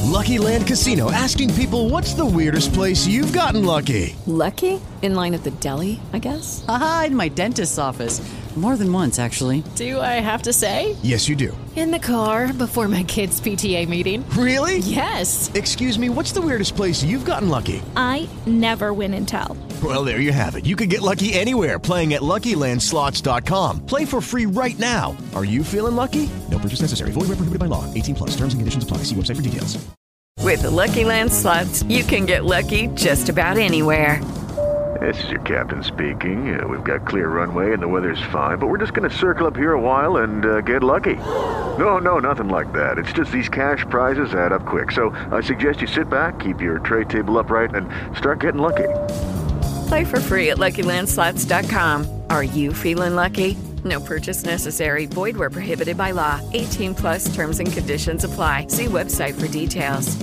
Lucky Land Casino, asking people, what's the weirdest place you've gotten lucky? Lucky? In line at the deli, I guess? Aha, in my dentist's office. More than once, actually. Do I have to say? Yes, you do. In the car before my kids' PTA meeting. Really? Yes. Excuse me, what's the weirdest place you've gotten lucky? I never win and tell. Well, there you have it. You can get lucky anywhere, playing at LuckyLandSlots.com. Play for free right now. Are you feeling lucky? No purchase necessary. Void where prohibited by law. 18 plus. Terms and conditions apply. See website for details. With the Lucky Land Slots, you can get lucky just about anywhere. This is your captain speaking. We've got clear runway and the weather's fine, but we're just going to circle up here a while and get lucky. No, nothing like that. It's just these cash prizes add up quick. So I suggest you sit back, keep your tray table upright, and start getting lucky. Play for free at LuckyLandSlots.com. Are you feeling lucky? No purchase necessary. Void where prohibited by law. 18 plus terms and conditions apply. See website for details.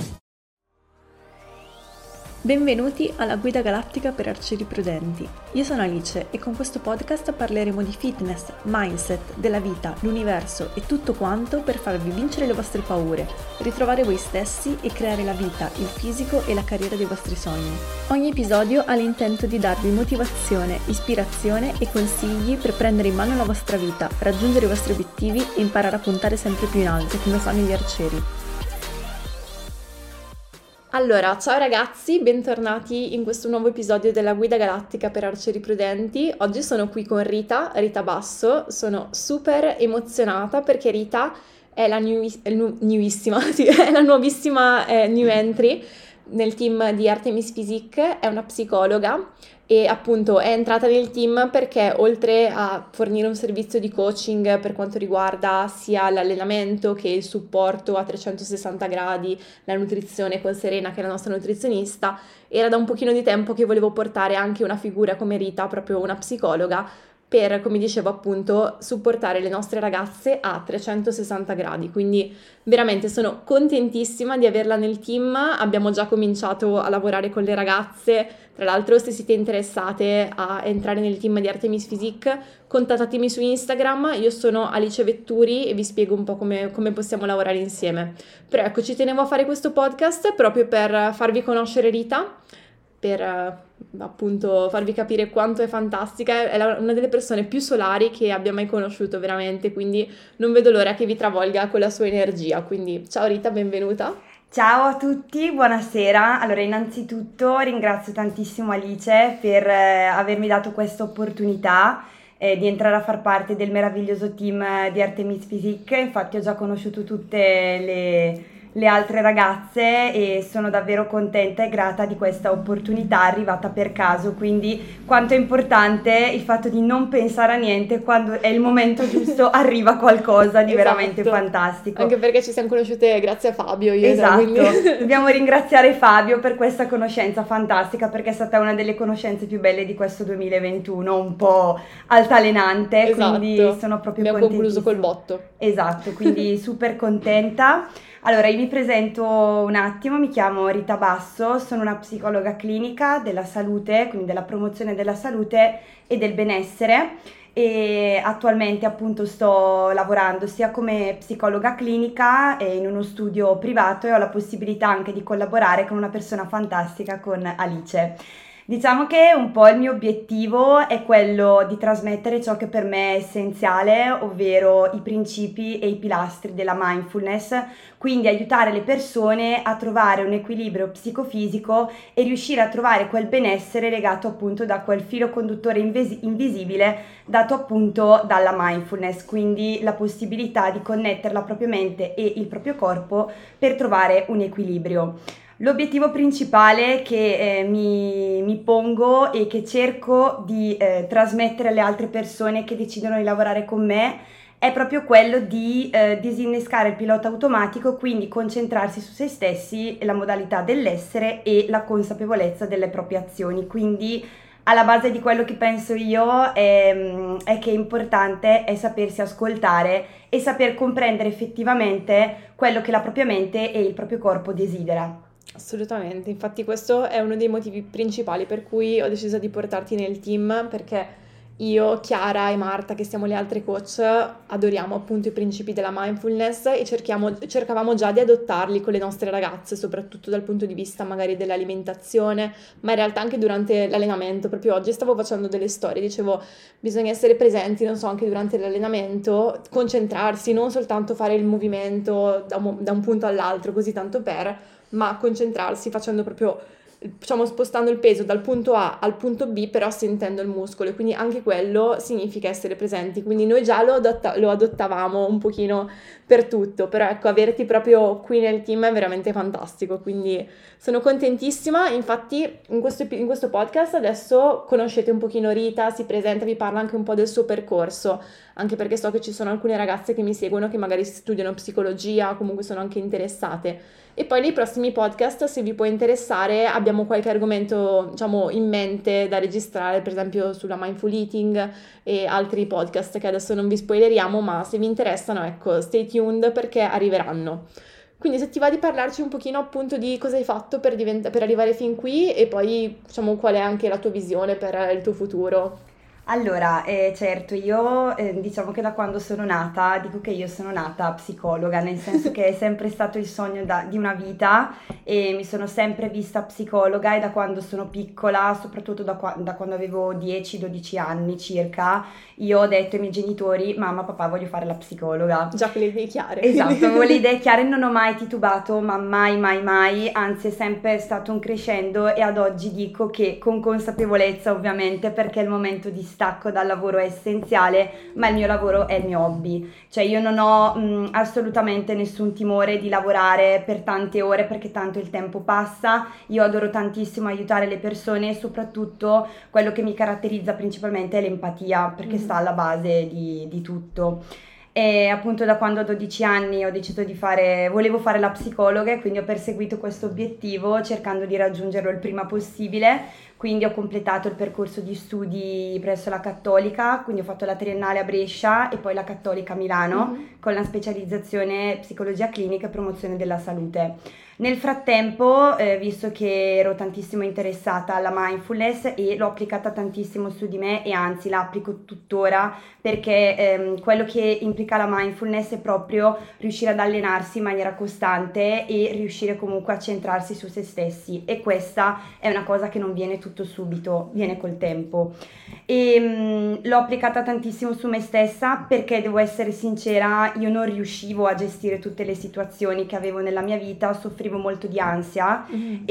Benvenuti alla Guida Galattica per Arcieri Prudenti. Io sono Alice e con questo podcast parleremo di fitness, mindset, della vita, l'universo e tutto quanto per farvi vincere le vostre paure, ritrovare voi stessi e creare la vita, il fisico e la carriera dei vostri sogni. Ogni episodio ha l'intento di darvi motivazione, ispirazione e consigli per prendere in mano la vostra vita, raggiungere i vostri obiettivi e imparare a puntare sempre più in alto come fanno gli arcieri. Allora, ciao ragazzi, bentornati in questo nuovo episodio della Guida Galattica per Arcieri Prudenti. Oggi sono qui con Rita Basso, sono super emozionata perché Rita è la nuovissima new entry nel team di Artemis Physique, è una psicologa e appunto è entrata nel team perché oltre a fornire un servizio di coaching per quanto riguarda sia l'allenamento che il supporto a 360 gradi, la nutrizione con Serena che è la nostra nutrizionista, era da un pochino di tempo che volevo portare anche una figura come Rita, proprio una psicologa, per, come dicevo appunto, supportare le nostre ragazze a 360 gradi, quindi veramente sono contentissima di averla nel team, abbiamo già cominciato a lavorare con le ragazze, tra l'altro se siete interessate a entrare nel team di Artemis Physique contattatemi su Instagram, io sono Alice Vetturi e vi spiego un po' come possiamo lavorare insieme. Però ecco, ci tenevo a fare questo podcast proprio per farvi conoscere Rita, per appunto farvi capire quanto è fantastica, è una delle persone più solari che abbia mai conosciuto veramente, quindi non vedo l'ora che vi travolga con la sua energia, quindi ciao Rita, benvenuta. Ciao a tutti, buonasera. Allora, innanzitutto ringrazio tantissimo Alice per avermi dato questa opportunità di entrare a far parte del meraviglioso team di Artemis Physique. Infatti ho già conosciuto tutte le altre ragazze e sono davvero contenta e grata di questa opportunità arrivata per caso, quindi quanto è importante il fatto di non pensare a niente, quando è il momento giusto arriva qualcosa di veramente fantastico. Anche perché ci siamo conosciute grazie a Fabio. Esatto, dobbiamo ringraziare Fabio per questa conoscenza fantastica, perché è stata una delle conoscenze più belle di questo 2021, un po' altalenante, esatto. Quindi sono proprio abbiamo concluso col botto. Esatto, quindi super contenta. Allora, io vi presento un attimo, mi chiamo Rita Basso, sono una psicologa clinica della salute, quindi della promozione della salute e del benessere, e attualmente appunto sto lavorando sia come psicologa clinica e in uno studio privato e ho la possibilità anche di collaborare con una persona fantastica, con Alice. Diciamo che un po' il mio obiettivo è quello di trasmettere ciò che per me è essenziale, ovvero i principi e i pilastri della mindfulness, quindi aiutare le persone a trovare un equilibrio psicofisico e riuscire a trovare quel benessere legato appunto da quel filo conduttore invisibile dato appunto dalla mindfulness, quindi la possibilità di connettere la propria mente e il proprio corpo per trovare un equilibrio. L'obiettivo principale che mi pongo e che cerco di trasmettere alle altre persone che decidono di lavorare con me è proprio quello di disinnescare il pilota automatico, quindi concentrarsi su se stessi, la modalità dell'essere e la consapevolezza delle proprie azioni. Quindi alla base di quello che penso io è che è importante è sapersi ascoltare e saper comprendere effettivamente quello che la propria mente e il proprio corpo desidera. Assolutamente, infatti questo è uno dei motivi principali per cui ho deciso di portarti nel team, perché io, Chiara e Marta, che siamo le altre coach, adoriamo appunto i principi della mindfulness e cercavamo già di adottarli con le nostre ragazze, soprattutto dal punto di vista magari dell'alimentazione, ma in realtà anche durante l'allenamento. Proprio oggi stavo facendo delle storie, dicevo bisogna essere presenti, non so, anche durante l'allenamento, concentrarsi, non soltanto fare il movimento da un punto all'altro, così tanto per, ma concentrarsi facendo proprio, diciamo, spostando il peso dal punto A al punto B, però sentendo il muscolo, e quindi anche quello significa essere presenti. Quindi noi già lo adottavamo un pochino per tutto, però ecco, averti proprio qui nel team è veramente fantastico, quindi sono contentissima. Infatti in questo podcast adesso conoscete un pochino Rita, si presenta, vi parla anche un po' del suo percorso, anche perché so che ci sono alcune ragazze che mi seguono che magari studiano psicologia, comunque sono anche interessate. E poi nei prossimi podcast, se vi può interessare, abbiamo qualche argomento, diciamo, in mente da registrare, per esempio sulla mindful eating e altri podcast che adesso non vi spoileriamo, ma se vi interessano, ecco, stay tuned perché arriveranno. Quindi se ti va di parlarci un pochino appunto di cosa hai fatto per arrivare fin qui, e poi diciamo qual è anche la tua visione per il tuo futuro. Allora, certo, io diciamo che da quando sono nata, dico che io sono nata psicologa, nel senso che è sempre stato il sogno di una vita e mi sono sempre vista psicologa, e da quando sono piccola, soprattutto da quando avevo 10-12 anni circa, io ho detto ai miei genitori: mamma, papà, voglio fare la psicologa. Già con le idee chiare. Esatto, avevo le idee chiare, non ho mai titubato, ma mai, anzi è sempre stato un crescendo, e ad oggi dico che con consapevolezza, ovviamente, perché il momento di stacco dal lavoro è essenziale, ma il mio lavoro è il mio hobby, cioè io non ho assolutamente nessun timore di lavorare per tante ore, perché tanto il tempo passa. Io adoro tantissimo aiutare le persone, e soprattutto quello che mi caratterizza principalmente è l'empatia, perché sta alla base di tutto. E appunto da quando ho 12 anni ho deciso volevo fare la psicologa, e quindi ho perseguito questo obiettivo cercando di raggiungerlo il prima possibile. Quindi ho completato il percorso di studi presso la Cattolica, quindi ho fatto la triennale a Brescia e poi la Cattolica a Milano, con la specializzazione psicologia clinica e promozione della salute. Nel frattempo, visto che ero tantissimo interessata alla mindfulness e l'ho applicata tantissimo su di me, e anzi la applico tuttora, perché quello che implica la mindfulness è proprio riuscire ad allenarsi in maniera costante e riuscire comunque a centrarsi su se stessi, e questa è una cosa che non viene tutto subito, viene col tempo. E l'ho applicata tantissimo su me stessa, perché devo essere sincera, io non riuscivo a gestire tutte le situazioni che avevo nella mia vita, soffrivo molto di ansia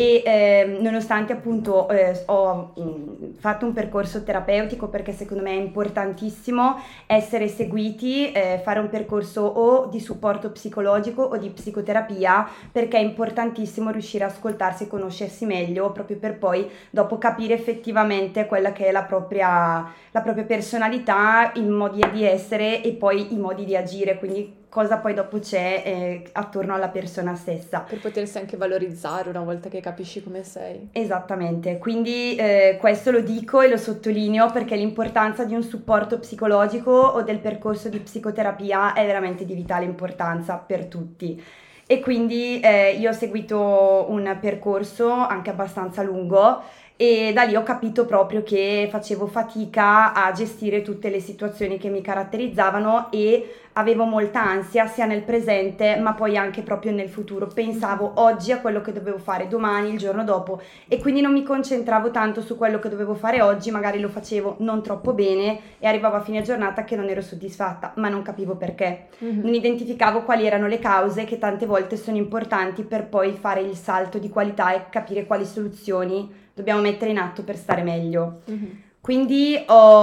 e nonostante appunto ho fatto un percorso terapeutico, perché secondo me è importantissimo essere seguiti, fare un percorso o di supporto psicologico o di psicoterapia, perché è importantissimo riuscire ad ascoltarsi e conoscersi meglio, proprio per poi dopo capire effettivamente quella che è la propria personalità, i modi di essere e poi i modi di agire, quindi cosa poi dopo c'è attorno alla persona stessa. Per potersi anche valorizzare una volta che capisci come sei. Esattamente, quindi questo lo dico e lo sottolineo, perché l'importanza di un supporto psicologico o del percorso di psicoterapia è veramente di vitale importanza per tutti. E quindi io ho seguito un percorso anche abbastanza lungo, e da lì ho capito proprio che facevo fatica a gestire tutte le situazioni che mi caratterizzavano, e avevo molta ansia sia nel presente ma poi anche proprio nel futuro. Pensavo oggi a quello che dovevo fare domani, il giorno dopo, e quindi non mi concentravo tanto su quello che dovevo fare oggi, magari lo facevo non troppo bene e arrivavo a fine giornata che non ero soddisfatta, ma non capivo perché. Non identificavo quali erano le cause, che tante volte sono importanti per poi fare il salto di qualità e capire quali soluzioni dobbiamo mettere in atto per stare meglio. Quindi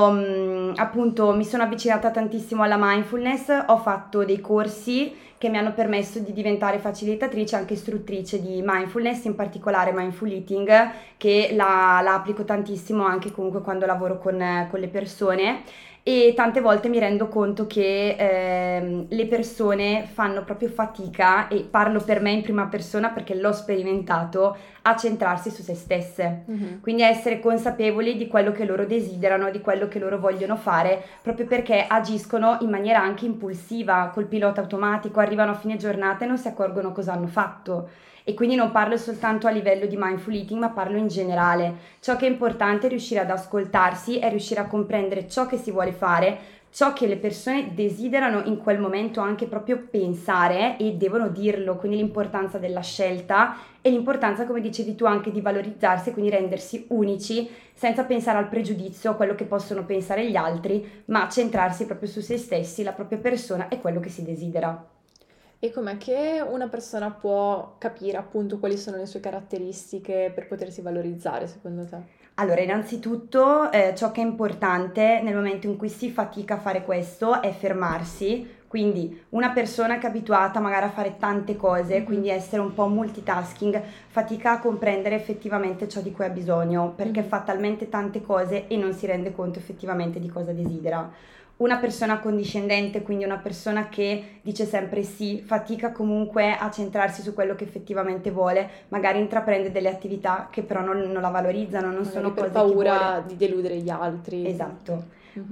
appunto mi sono avvicinata tantissimo alla mindfulness, ho fatto dei corsi che mi hanno permesso di diventare facilitatrice, anche istruttrice di mindfulness, in particolare mindful eating, che la applico tantissimo anche comunque quando lavoro con le persone. E tante volte mi rendo conto che le persone fanno proprio fatica, e parlo per me in prima persona perché l'ho sperimentato, a centrarsi su se stesse. Quindi a essere consapevoli di quello che loro desiderano, di quello che loro vogliono fare, proprio perché agiscono in maniera anche impulsiva, col pilota automatico, arrivano a fine giornata e non si accorgono cosa hanno fatto. E quindi non parlo soltanto a livello di mindful eating, ma parlo in generale. Ciò che è importante è riuscire ad ascoltarsi, è riuscire a comprendere ciò che si vuole fare, ciò che le persone desiderano in quel momento anche proprio pensare e devono dirlo, quindi l'importanza della scelta e l'importanza, come dicevi tu, anche di valorizzarsi e quindi rendersi unici senza pensare al pregiudizio, a quello che possono pensare gli altri, ma centrarsi proprio su se stessi, la propria persona e quello che si desidera. E com'è che una persona può capire appunto quali sono le sue caratteristiche per potersi valorizzare, secondo te? Allora, innanzitutto ciò che è importante nel momento in cui si fatica a fare questo è fermarsi, quindi una persona che è abituata magari a fare tante cose, quindi essere un po' multitasking, fatica a comprendere effettivamente ciò di cui ha bisogno, perché fa talmente tante cose e non si rende conto effettivamente di cosa desidera. Una persona condiscendente, quindi una persona che dice sempre sì, fatica comunque a centrarsi su quello che effettivamente vuole, magari intraprende delle attività che però non la valorizzano, non Magari sono per cose che vuole. paura di deludere gli altri. Esatto.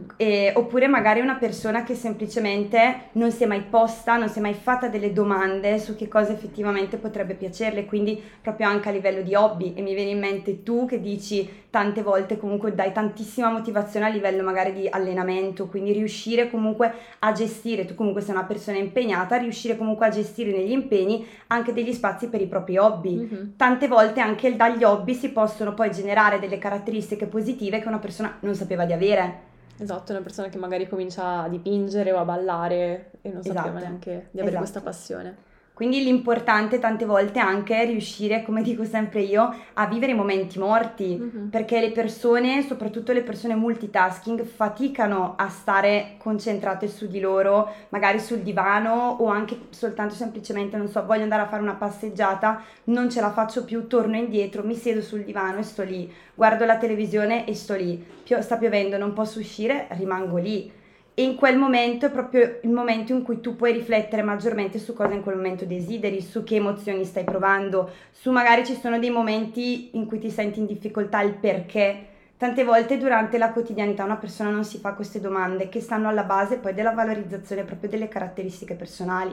Oppure magari una persona che semplicemente non si è mai posta, non si è mai fatta delle domande su che cosa effettivamente potrebbe piacerle, quindi proprio anche a livello di hobby. E mi viene in mente tu che dici tante volte comunque dai tantissima motivazione a livello magari di allenamento, quindi riuscire comunque a gestire, tu comunque sei una persona impegnata, riuscire comunque a gestire negli impegni anche degli spazi per i propri hobby. Tante volte anche dagli hobby si possono poi generare delle caratteristiche positive che una persona non sapeva di avere. Esatto, una persona che magari comincia a dipingere o a ballare e non sapeva Esatto, neanche di avere questa esatto. passione. Quindi l'importante tante volte è anche riuscire, come dico sempre io, a vivere i momenti morti, perché le persone, soprattutto le persone multitasking, faticano a stare concentrate su di loro, magari sul divano o anche soltanto semplicemente, non so, voglio andare a fare una passeggiata, non ce la faccio più, torno indietro, mi siedo sul divano e sto lì, guardo la televisione e sto lì, sta piovendo, non posso uscire, rimango lì. E in quel momento è proprio il momento in cui tu puoi riflettere maggiormente su cosa in quel momento desideri, su che emozioni stai provando, su magari ci sono dei momenti in cui ti senti in difficoltà, il perché. Tante volte durante la quotidianità una persona non si fa queste domande che stanno alla base poi della valorizzazione proprio delle caratteristiche personali.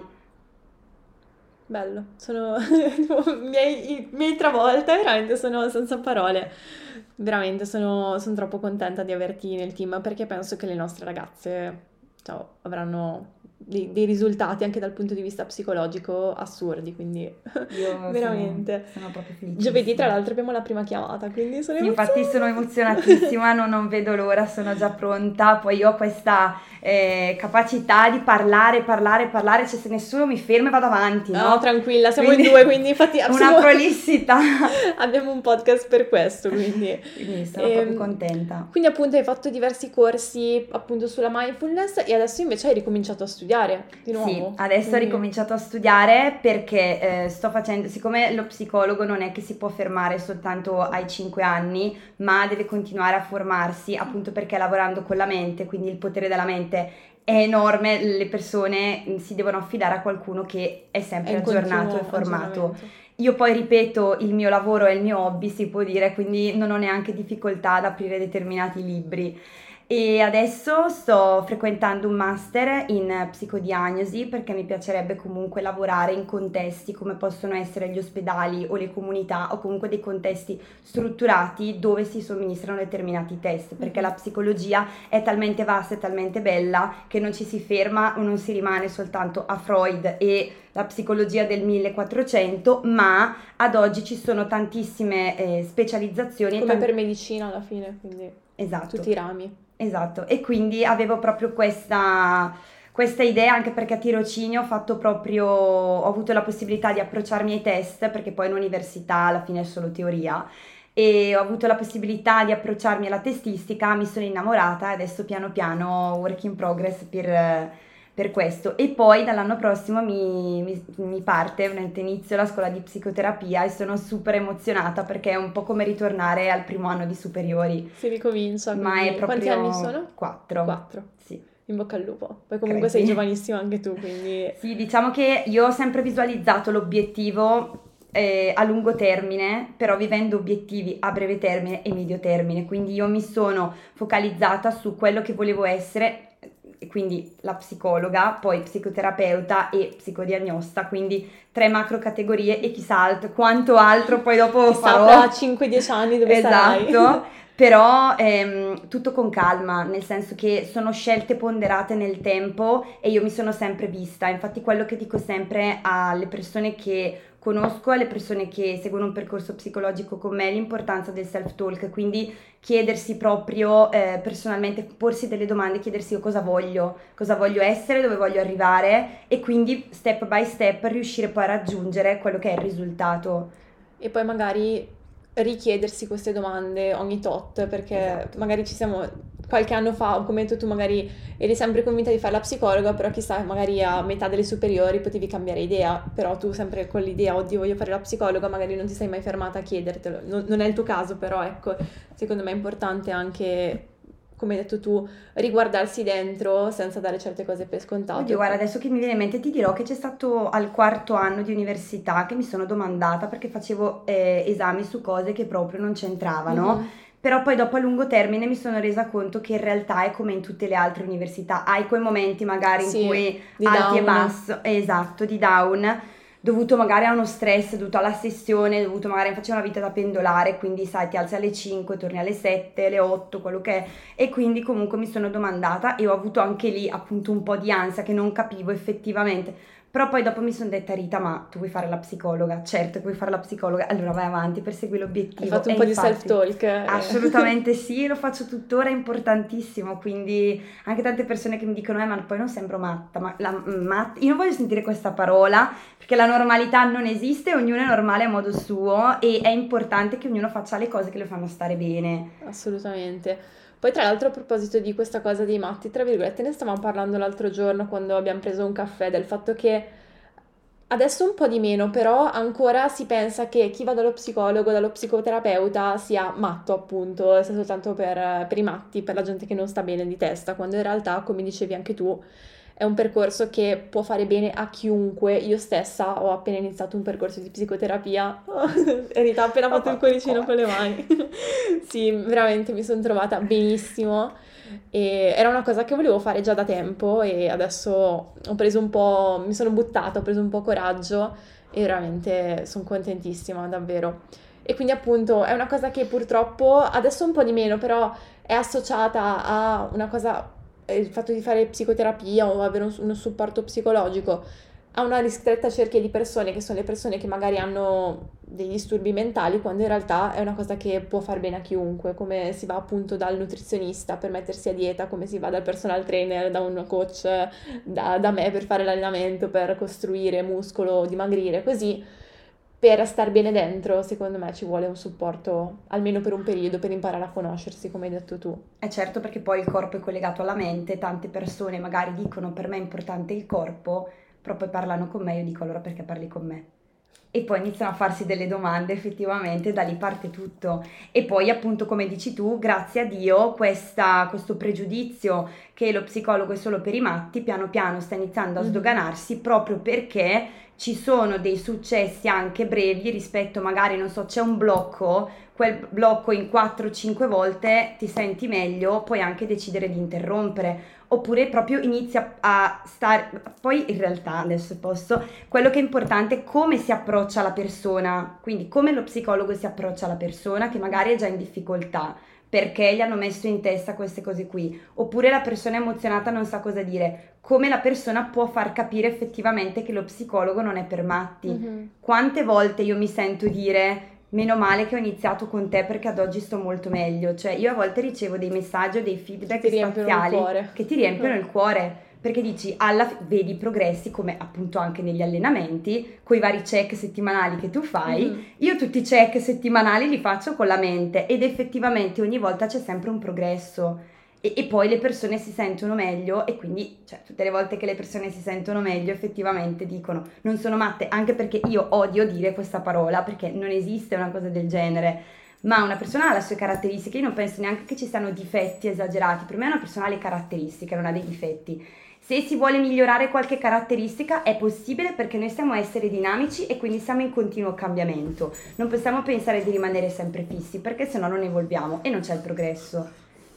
Bello, mi hai travolta, veramente sono senza parole. Veramente sono troppo contenta di averti nel team perché penso che le nostre ragazze avranno dei risultati anche dal punto di vista psicologico assurdi, quindi Io veramente. sono proprio felicissima. Giovedì tra l'altro abbiamo la prima chiamata, quindi sono Infatti sono emozionatissima, non vedo l'ora, sono già pronta, poi io ho questa capacità di parlare, cioè se nessuno mi ferma vado avanti, no? No, tranquilla, siamo in due, quindi infatti una prolissità. abbiamo un podcast per questo, quindi sono proprio contenta. Quindi appunto hai fatto diversi corsi appunto sulla mindfulness e adesso invece hai ricominciato a studiare di nuovo. Sì, adesso ho ricominciato a studiare perché sto facendo, siccome lo psicologo non è che si può fermare soltanto ai 5 anni, ma deve continuare a formarsi, appunto perché lavorando con la mente, quindi il potere della mente è enorme, le persone si devono affidare a qualcuno che è sempre aggiornato e formato. Io poi ripeto, il mio lavoro è il mio hobby, si può dire, quindi non ho neanche difficoltà ad aprire determinati libri. E adesso sto frequentando un master in psicodiagnosi perché mi piacerebbe comunque lavorare in contesti come possono essere gli ospedali o le comunità o comunque dei contesti strutturati dove si somministrano determinati test, perché la psicologia è talmente vasta e talmente bella che non ci si ferma o non si rimane soltanto a Freud e la psicologia del 1400, ma ad oggi ci sono tantissime specializzazioni. Come per medicina alla fine, quindi esatto. Tutti i rami. Esatto, e quindi avevo proprio questa idea, anche perché a tirocinio ho avuto la possibilità di approcciarmi ai test, perché poi in università alla fine è solo teoria, e ho avuto la possibilità di approcciarmi alla testistica, mi sono innamorata e adesso piano piano work in progress per questo. E poi dall'anno prossimo mi parte, inizio la scuola di psicoterapia e sono super emozionata perché è un po' come ritornare al primo anno di superiori. Si ricomincia. Ma è proprio... Quanti anni sono? 4. 4. Sì. In bocca al lupo. Poi comunque sei giovanissima anche tu, quindi... Sì, diciamo che io ho sempre visualizzato l'obiettivo a lungo termine, però vivendo obiettivi a breve termine e medio termine, quindi io mi sono focalizzata su quello che volevo essere quindi la psicologa, poi psicoterapeuta e psicodiagnosta, quindi 3 macro categorie e chissà quanto altro poi dopo Chissà farò. fra 5-10 anni dove sarai. Esatto, però tutto con calma, nel senso che sono scelte ponderate nel tempo e io mi sono sempre vista, infatti quello che dico sempre alle persone che conosco, alle persone che seguono un percorso psicologico con me, l'importanza del self-talk, quindi chiedersi proprio personalmente, porsi delle domande, chiedersi io cosa voglio essere, dove voglio arrivare e quindi step by step riuscire poi a raggiungere quello che è il risultato. E poi magari richiedersi queste domande ogni tot, perché magari ci siamo qualche anno fa, o come hai detto tu, magari eri sempre convinta di fare la psicologa, però chissà, magari a metà delle superiori potevi cambiare idea, però tu sempre con l'idea, oddio voglio fare la psicologa, magari non ti sei mai fermata a chiedertelo, non è il tuo caso, però ecco, secondo me è importante anche, come hai detto tu, riguardarsi dentro senza dare certe cose per scontato. Oddio, guarda, adesso che mi viene in mente ti dirò che c'è stato al 4º anno di università che mi sono domandata perché facevo esami su cose che proprio non c'entravano, però poi dopo a lungo termine mi sono resa conto che in realtà è come in tutte le altre università, hai quei momenti magari in cui di alti e down. basso, esatto, di down, dovuto magari a uno stress, dovuto alla sessione, dovuto magari facevo una vita da pendolare, quindi sai ti alzi alle 5, torni alle 7, alle 8, quello che è, e quindi comunque mi sono domandata e ho avuto anche lì appunto un po' di ansia che non capivo effettivamente, però poi dopo mi sono detta Rita, ma tu vuoi fare la psicologa? Certo che vuoi fare la psicologa, allora vai avanti, persegui l'obiettivo. Hai fatto un E po' infatti, di self-talk. Assolutamente sì, lo faccio tuttora, è importantissimo, quindi anche tante persone che mi dicono ma poi non sembro matta, ma io non voglio sentire questa parola perché la normalità non esiste, ognuno è normale a modo suo e è importante che ognuno faccia le cose che lo fanno stare bene. Assolutamente. Poi tra l'altro a proposito di questa cosa dei matti, tra virgolette, ne stavamo parlando l'altro giorno quando abbiamo preso un caffè, del fatto che adesso un po' di meno, però ancora si pensa che chi va dallo psicologo, dallo psicoterapeuta sia matto, appunto, sia soltanto per i matti, per la gente che non sta bene di testa, quando in realtà, come dicevi anche tu, è un percorso che può fare bene a chiunque. Io stessa ho appena iniziato un percorso di psicoterapia. Rita ha appena fatto il cuoricino con le mani. Sì, veramente mi sono trovata benissimo e era una cosa che volevo fare già da tempo e adesso ho preso un po', mi sono buttata, ho preso un po' coraggio e veramente sono contentissima, davvero. E quindi appunto è una cosa che purtroppo adesso un po' di meno, però è associata a una cosa, il fatto di fare psicoterapia o avere uno supporto psicologico a una ristretta cerchia di persone che sono le persone che magari hanno dei disturbi mentali, quando in realtà è una cosa che può far bene a chiunque, come si va appunto dal nutrizionista per mettersi a dieta, come si va dal personal trainer, da un coach, da me per fare l'allenamento, per costruire muscolo, dimagrire, così. Per star bene dentro, secondo me ci vuole un supporto, almeno per un periodo, per imparare a conoscersi, come hai detto tu. Certo, perché poi il corpo è collegato alla mente, tante persone magari dicono per me è importante il corpo, però poi parlano con me, io dico allora perché parli con me? E poi iniziano a farsi delle domande, effettivamente da lì parte tutto. E poi appunto come dici tu, grazie a Dio questo pregiudizio che lo psicologo è solo per i matti piano piano sta iniziando a sdoganarsi, proprio perché ci sono dei successi anche brevi rispetto magari, non so, c'è un blocco, quel blocco in 4-5 volte ti senti meglio, puoi anche decidere di interrompere, oppure proprio inizia a stare, poi in realtà adesso quello che è importante è come si approccia alla persona, quindi come lo psicologo si approccia alla persona che magari è già in difficoltà, perché gli hanno messo in testa queste cose qui, oppure la persona emozionata non sa cosa dire, come la persona può far capire effettivamente che lo psicologo non è per matti. Quante volte io mi sento dire meno male che ho iniziato con te perché ad oggi sto molto meglio, cioè io a volte ricevo dei messaggi o dei feedback spaziali che ti riempiono il cuore, perché dici vedi i progressi, come appunto anche negli allenamenti, con i vari check settimanali che tu fai, io tutti i check settimanali li faccio con la mente ed effettivamente ogni volta c'è sempre un progresso e poi le persone si sentono meglio e quindi cioè, tutte le volte che le persone si sentono meglio effettivamente dicono non sono matte, anche perché io odio dire questa parola perché non esiste una cosa del genere, ma una persona ha le sue caratteristiche, io non penso neanche che ci siano difetti esagerati, per me una persona ha le caratteristiche, non ha dei difetti. Se si vuole migliorare qualche caratteristica è possibile perché noi siamo esseri dinamici e quindi siamo in continuo cambiamento, non possiamo pensare di rimanere sempre fissi perché sennò non evolviamo e non c'è il progresso.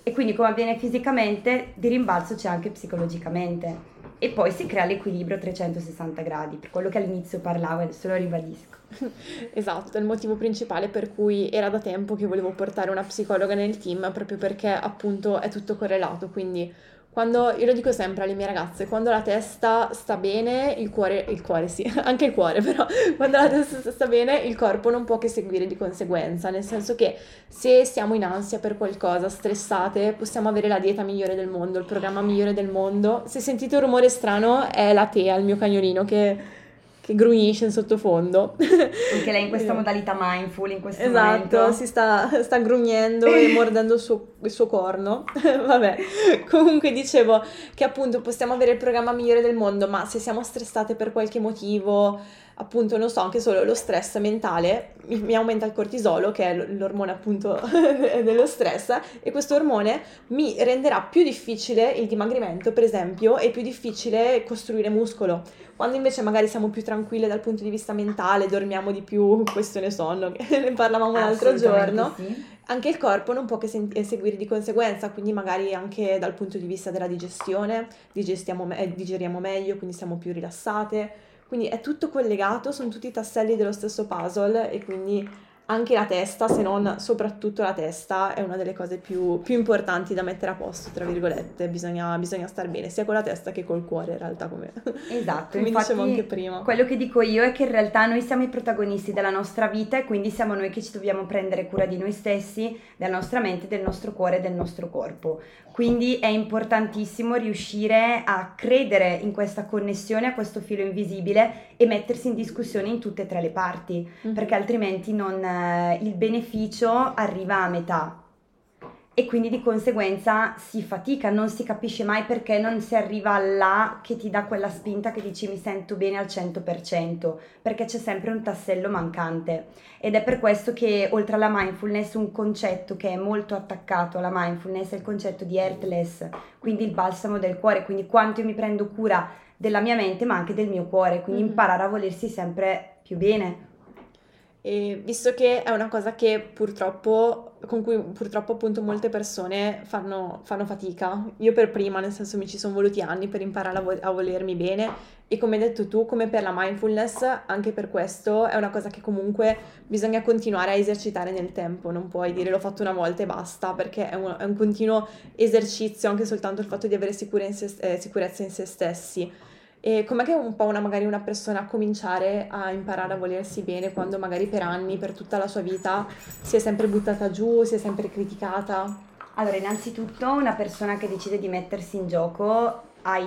E quindi come avviene fisicamente, di rimbalzo c'è anche psicologicamente. E poi si crea l'equilibrio a 360 gradi, per quello che all'inizio parlavo, adesso lo ribadisco. Esatto, è il motivo principale per cui era da tempo che volevo portare una psicologa nel team, proprio perché appunto è tutto correlato, quindi quando, io lo dico sempre alle mie ragazze, quando la testa sta bene, il cuore sì, anche il cuore però, quando la testa sta bene, il corpo non può che seguire di conseguenza, nel senso che se siamo in ansia per qualcosa, stressate, possiamo avere la dieta migliore del mondo, il programma migliore del mondo. Se sentite un rumore strano è la Tea, il mio cagnolino che grugnisce in sottofondo. Perché lei è in questa modalità mindful in questo momento. Esatto, si sta grugnendo e mordendo il suo corno. Vabbè, comunque dicevo che appunto possiamo avere il programma migliore del mondo, ma se siamo stressate per qualche motivo, appunto non so, anche solo lo stress mentale, mi aumenta il cortisolo, che è l'ormone appunto dello stress, e questo ormone mi renderà più difficile il dimagrimento, per esempio, e più difficile costruire muscolo. Quando invece magari siamo più tranquille dal punto di vista mentale, dormiamo di più, questione sonno, che ne parlavamo l'altro giorno, sì. Anche il corpo non può che seguire di conseguenza, quindi magari anche dal punto di vista della digestione, digeriamo meglio, quindi siamo più rilassate. Quindi è tutto collegato, sono tutti i tasselli dello stesso puzzle, e quindi anche la testa, se non soprattutto la testa, è una delle cose più importanti da mettere a posto, tra virgolette. Bisogna star bene sia con la testa che col cuore, in realtà, come Esatto, come infatti, dicevo anche prima. Quello che dico io è che in realtà noi siamo i protagonisti della nostra vita, e quindi siamo noi che ci dobbiamo prendere cura di noi stessi, della nostra mente, del nostro cuore e del nostro corpo. Quindi è importantissimo riuscire a credere in questa connessione, a questo filo invisibile, e mettersi in discussione in tutte e tre le parti, perché altrimenti il beneficio arriva a metà. E quindi di conseguenza si fatica, non si capisce mai perché non si arriva là che ti dà quella spinta che dici mi sento bene al 100%, perché c'è sempre un tassello mancante. Ed è per questo che oltre alla mindfulness, un concetto che è molto attaccato alla mindfulness è il concetto di Heartless, quindi il balsamo del cuore, quindi quanto io mi prendo cura della mia mente ma anche del mio cuore, quindi imparare a volersi sempre più bene. E visto che è una cosa che con cui purtroppo appunto molte persone fanno fatica, io per prima, nel senso mi ci sono voluti anni per imparare a volermi bene, e come hai detto tu, come per la mindfulness, anche per questo è una cosa che comunque bisogna continuare a esercitare nel tempo, non puoi dire l'ho fatto una volta e basta, perché è un continuo esercizio, anche soltanto il fatto di avere sicurezza in se stessi. E com'è che magari una persona a cominciare a imparare a volersi bene quando magari per anni, per tutta la sua vita, si è sempre buttata giù, si è sempre criticata? Allora, innanzitutto una persona che decide di mettersi in gioco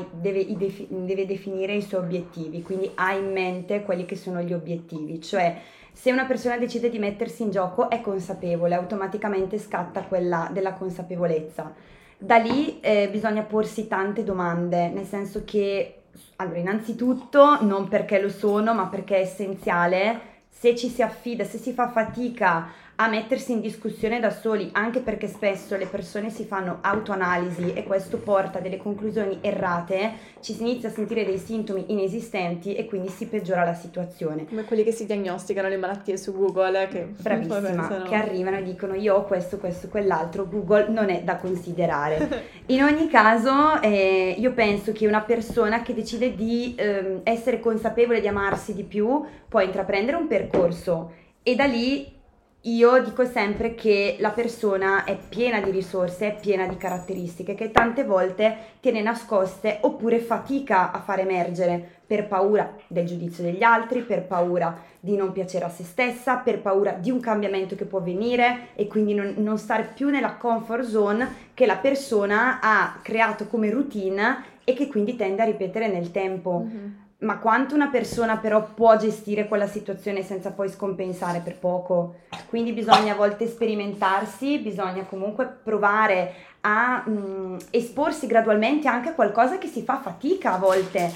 deve definire i suoi obiettivi, quindi ha in mente quelli che sono gli obiettivi, cioè se una persona decide di mettersi in gioco è consapevole, automaticamente scatta quella della consapevolezza. Da lì bisogna porsi tante domande, nel senso che allora, innanzitutto, non perché lo sono, ma perché è essenziale, se ci si affida, se si fa fatica a mettersi in discussione da soli, anche perché spesso le persone si fanno autoanalisi e questo porta a delle conclusioni errate, ci si inizia a sentire dei sintomi inesistenti e quindi si peggiora la situazione. Come quelli che si diagnosticano le malattie su Google, che bravissima, che arrivano e dicono io ho questo, quell'altro, Google non è da considerare. In ogni caso io penso che una persona che decide di essere consapevole di amarsi di più può intraprendere un percorso, e da lì io dico sempre che la persona è piena di risorse, è piena di caratteristiche che tante volte tiene nascoste oppure fatica a far emergere per paura del giudizio degli altri, per paura di non piacere a se stessa, per paura di un cambiamento che può venire, e quindi non stare più nella comfort zone che la persona ha creato come routine e che quindi tende a ripetere nel tempo. Ma quanto una persona però può gestire quella situazione senza poi scompensare per poco? Quindi bisogna a volte sperimentarsi, bisogna comunque provare a esporsi gradualmente anche a qualcosa che si fa fatica a volte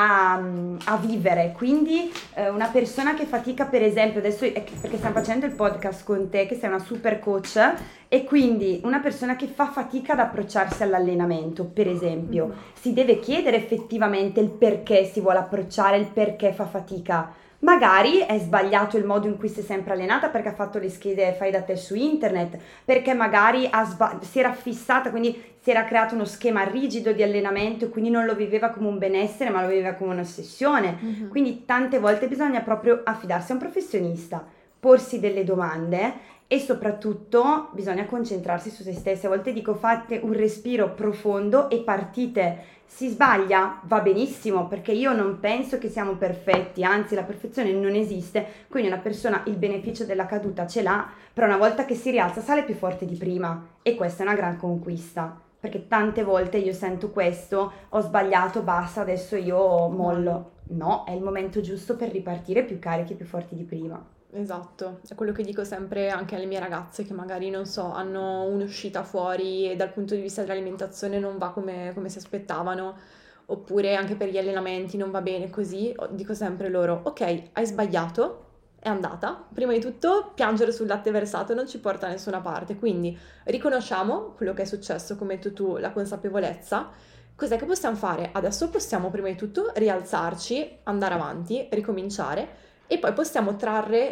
a vivere. Quindi una persona che fatica, per esempio, adesso perché stiamo facendo il podcast con te che sei una super coach, e quindi una persona che fa fatica ad approcciarsi all'allenamento, per esempio, si deve chiedere effettivamente il perché si vuole approcciare, il perché fa fatica, Magari è sbagliato il modo in cui si è sempre allenata perché ha fatto le schede fai da te su internet, perché magari si era fissata, quindi si era creato uno schema rigido di allenamento e quindi non lo viveva come un benessere ma lo viveva come un'ossessione. Quindi tante volte bisogna proprio affidarsi a un professionista, porsi delle domande e soprattutto bisogna concentrarsi su se stessi. A volte dico fate un respiro profondo e partite. Si sbaglia? Va benissimo, perché io non penso che siamo perfetti, anzi la perfezione non esiste, quindi una persona il beneficio della caduta ce l'ha, però una volta che si rialza sale più forte di prima e questa è una gran conquista, perché tante volte io sento questo, ho sbagliato, basta, adesso io mollo. No, è il momento giusto per ripartire più carichi e più forti di prima. Esatto, è quello che dico sempre anche alle mie ragazze che magari, non so, hanno un'uscita fuori e dal punto di vista dell'alimentazione non va come si aspettavano, oppure anche per gli allenamenti non va bene così, dico sempre loro, ok, hai sbagliato, è andata, prima di tutto piangere sul latte versato non ci porta da nessuna parte, quindi riconosciamo quello che è successo, come hai detto tu, la consapevolezza. Cos'è che possiamo fare? Adesso possiamo prima di tutto rialzarci, andare avanti, ricominciare. E poi possiamo trarre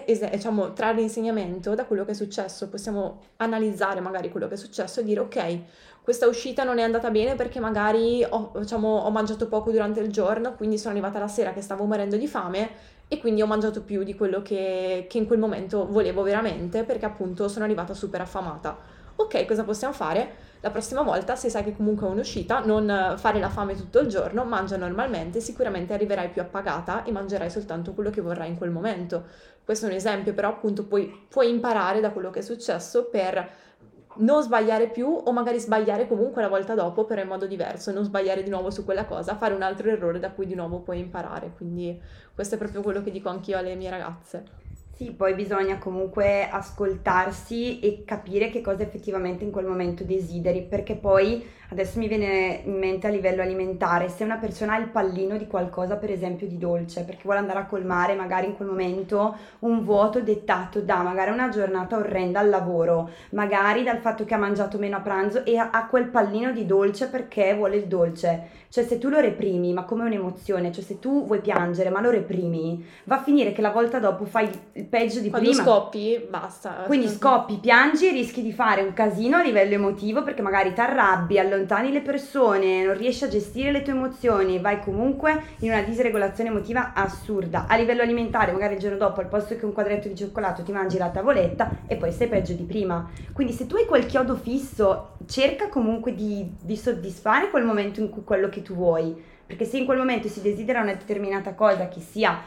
insegnamento da quello che è successo, possiamo analizzare magari quello che è successo e dire ok, questa uscita non è andata bene perché magari ho mangiato poco durante il giorno, quindi sono arrivata la sera che stavo morendo di fame e quindi ho mangiato più di quello che in quel momento volevo veramente perché appunto sono arrivata super affamata. Ok, cosa possiamo fare? La prossima volta, se sai che comunque è un'uscita, non fare la fame tutto il giorno, mangia normalmente, sicuramente arriverai più appagata e mangerai soltanto quello che vorrai in quel momento. Questo è un esempio, però appunto puoi imparare da quello che è successo per non sbagliare più o magari sbagliare comunque la volta dopo, però in modo diverso, non sbagliare di nuovo su quella cosa, fare un altro errore da cui di nuovo puoi imparare. Quindi questo è proprio quello che dico anch'io alle mie ragazze. Sì, poi bisogna comunque ascoltarsi e capire che cosa effettivamente in quel momento desideri, perché poi adesso mi viene in mente a livello alimentare, se una persona ha il pallino di qualcosa, per esempio di dolce, perché vuole andare a colmare magari in quel momento un vuoto dettato da magari una giornata orrenda al lavoro, magari dal fatto che ha mangiato meno a pranzo e ha quel pallino di dolce perché vuole il dolce. Cioè se tu lo reprimi, ma come un'emozione, cioè se tu vuoi piangere ma lo reprimi, va a finire che la volta dopo fai il peggio di Quando prima. scoppi, basta. Quindi scoppi, piangi e rischi di fare un casino a livello emotivo perché magari ti arrabbi, allontani le persone, non riesci a gestire le tue emozioni, vai comunque in una disregolazione emotiva assurda. A livello alimentare, magari il giorno dopo al posto che un quadretto di cioccolato ti mangi la tavoletta e poi stai peggio di prima. Quindi se tu hai quel chiodo fisso, cerca comunque di soddisfare quel momento in cui quello che tu vuoi, perché se in quel momento si desidera una determinata cosa, che sia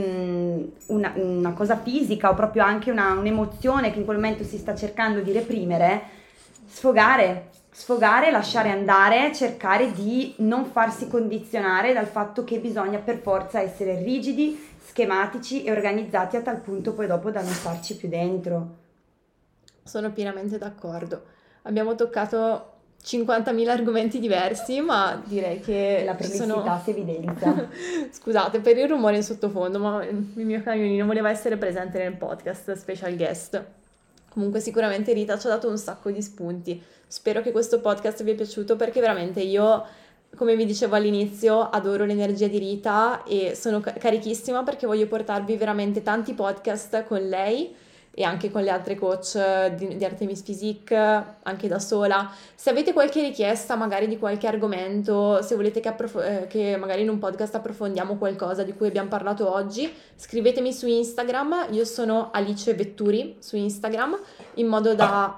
una cosa fisica o proprio anche un'emozione che in quel momento si sta cercando di reprimere, sfogare, lasciare andare, cercare di non farsi condizionare dal fatto che bisogna per forza essere rigidi, schematici e organizzati a tal punto poi dopo da non starci più dentro. Sono pienamente d'accordo. Abbiamo toccato 50.000 argomenti diversi, ma direi che la prolissità si evidenzia. Scusate per il rumore in sottofondo, ma il mio cagnolino voleva essere presente nel podcast special guest. Comunque sicuramente Rita ci ha dato un sacco di spunti. Spero che questo podcast vi è piaciuto perché veramente io, come vi dicevo all'inizio, adoro l'energia di Rita e sono carichissima perché voglio portarvi veramente tanti podcast con lei e anche con le altre coach di Artemis Physique, anche da sola. Se avete qualche richiesta magari di qualche argomento, se volete che magari in un podcast approfondiamo qualcosa di cui abbiamo parlato oggi, scrivetemi su Instagram, io sono Alice Vetturi su Instagram, in modo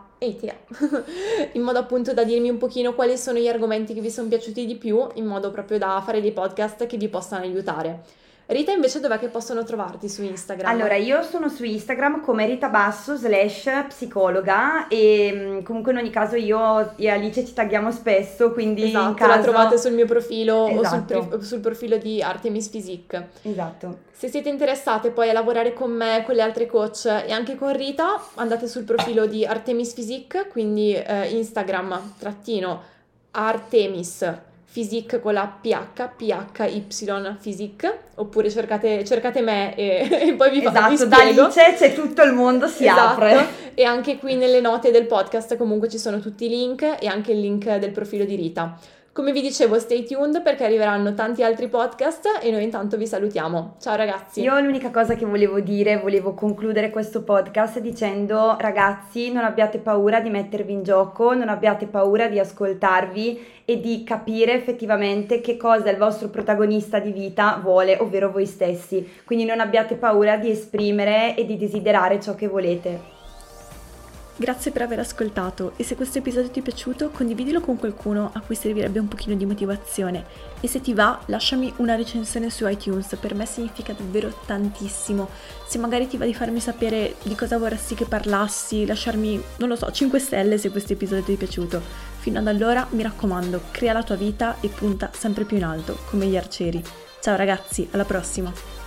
appunto da dirmi un pochino quali sono gli argomenti che vi sono piaciuti di più, in modo proprio da fare dei podcast che vi possano aiutare. Rita invece dov'è che possono trovarti su Instagram? Allora io sono su Instagram come ritabasso/psicologa e comunque in ogni caso io e Alice ci tagghiamo spesso, quindi esatto, in caso... la trovate sul mio profilo esatto. o sul profilo di Artemis Physique. Esatto. Se siete interessate poi a lavorare con me, con le altre coach e anche con Rita, andate sul profilo di Artemis Physique, quindi Instagram _Artemis Physique con la PHY Physique, oppure cercate me e poi vi esatto, vi spiego. da Alice c'è tutto il mondo, si apre. E anche qui nelle note del podcast comunque ci sono tutti i link e anche il link del profilo di Rita. Come vi dicevo, stay tuned perché arriveranno tanti altri podcast e noi intanto vi salutiamo. Ciao ragazzi. Io l'unica cosa che volevo concludere questo podcast dicendo: ragazzi, non abbiate paura di mettervi in gioco, non abbiate paura di ascoltarvi e di capire effettivamente che cosa il vostro protagonista di vita vuole, ovvero voi stessi. Quindi non abbiate paura di esprimere e di desiderare ciò che volete. Grazie per aver ascoltato e se questo episodio ti è piaciuto condividilo con qualcuno a cui servirebbe un pochino di motivazione e se ti va lasciami una recensione su iTunes, per me significa davvero tantissimo. Se magari ti va di farmi sapere di cosa vorresti che parlassi, lasciarmi, non lo so, 5 stelle se questo episodio ti è piaciuto. Fino ad allora mi raccomando, crea la tua vita e punta sempre più in alto come gli arcieri. Ciao ragazzi, alla prossima!